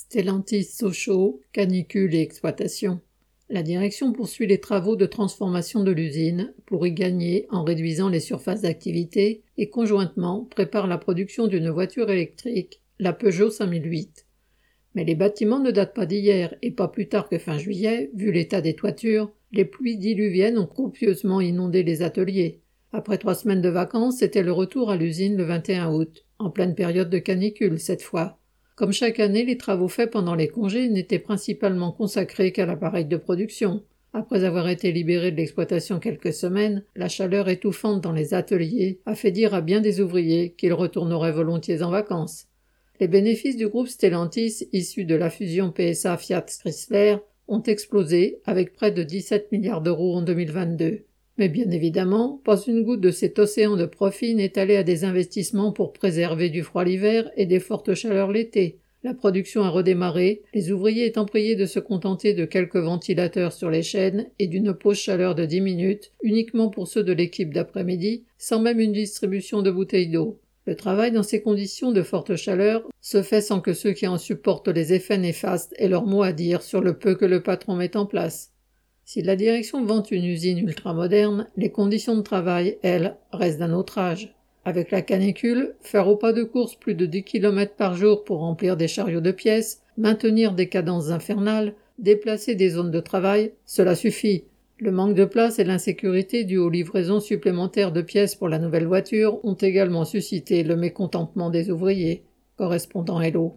Stellantis Sochaux, canicule et exploitation. La direction poursuit les travaux de transformation de l'usine pour y gagner en réduisant les surfaces d'activité et conjointement prépare la production d'une voiture électrique, la Peugeot 5008. Mais les bâtiments ne datent pas d'hier et pas plus tard que fin juillet, vu l'état des toitures, les pluies diluviennes ont copieusement inondé les ateliers. Après 3 semaines de vacances, c'était le retour à l'usine le 21 août, en pleine période de canicule cette fois. Comme chaque année, les travaux faits pendant les congés n'étaient principalement consacrés qu'à l'appareil de production. Après avoir été libérés de l'exploitation quelques semaines, la chaleur étouffante dans les ateliers a fait dire à bien des ouvriers qu'ils retourneraient volontiers en vacances. Les bénéfices du groupe Stellantis, issus de la fusion PSA-Fiat-Chrysler, ont explosé avec près de 17 milliards d'euros en 2022. Mais bien évidemment, pas une goutte de cet océan de profit n'est allée à des investissements pour préserver du froid l'hiver et des fortes chaleurs l'été. La production a redémarré, les ouvriers étant priés de se contenter de quelques ventilateurs sur les chaînes et d'une pause chaleur de 10 minutes, uniquement pour ceux de l'équipe d'après-midi, sans même une distribution de bouteilles d'eau. Le travail dans ces conditions de forte chaleur se fait sans que ceux qui en supportent les effets néfastes aient leur mot à dire sur le peu que le patron met en place. Si la direction vante une usine ultramoderne, les conditions de travail, elles, restent d'un autre âge. Avec la canicule, faire au pas de course plus de 10 km par jour pour remplir des chariots de pièces, maintenir des cadences infernales, déplacer des zones de travail, cela suffit. Le manque de place et l'insécurité due aux livraisons supplémentaires de pièces pour la nouvelle voiture ont également suscité le mécontentement des ouvriers. Correspondant Hello.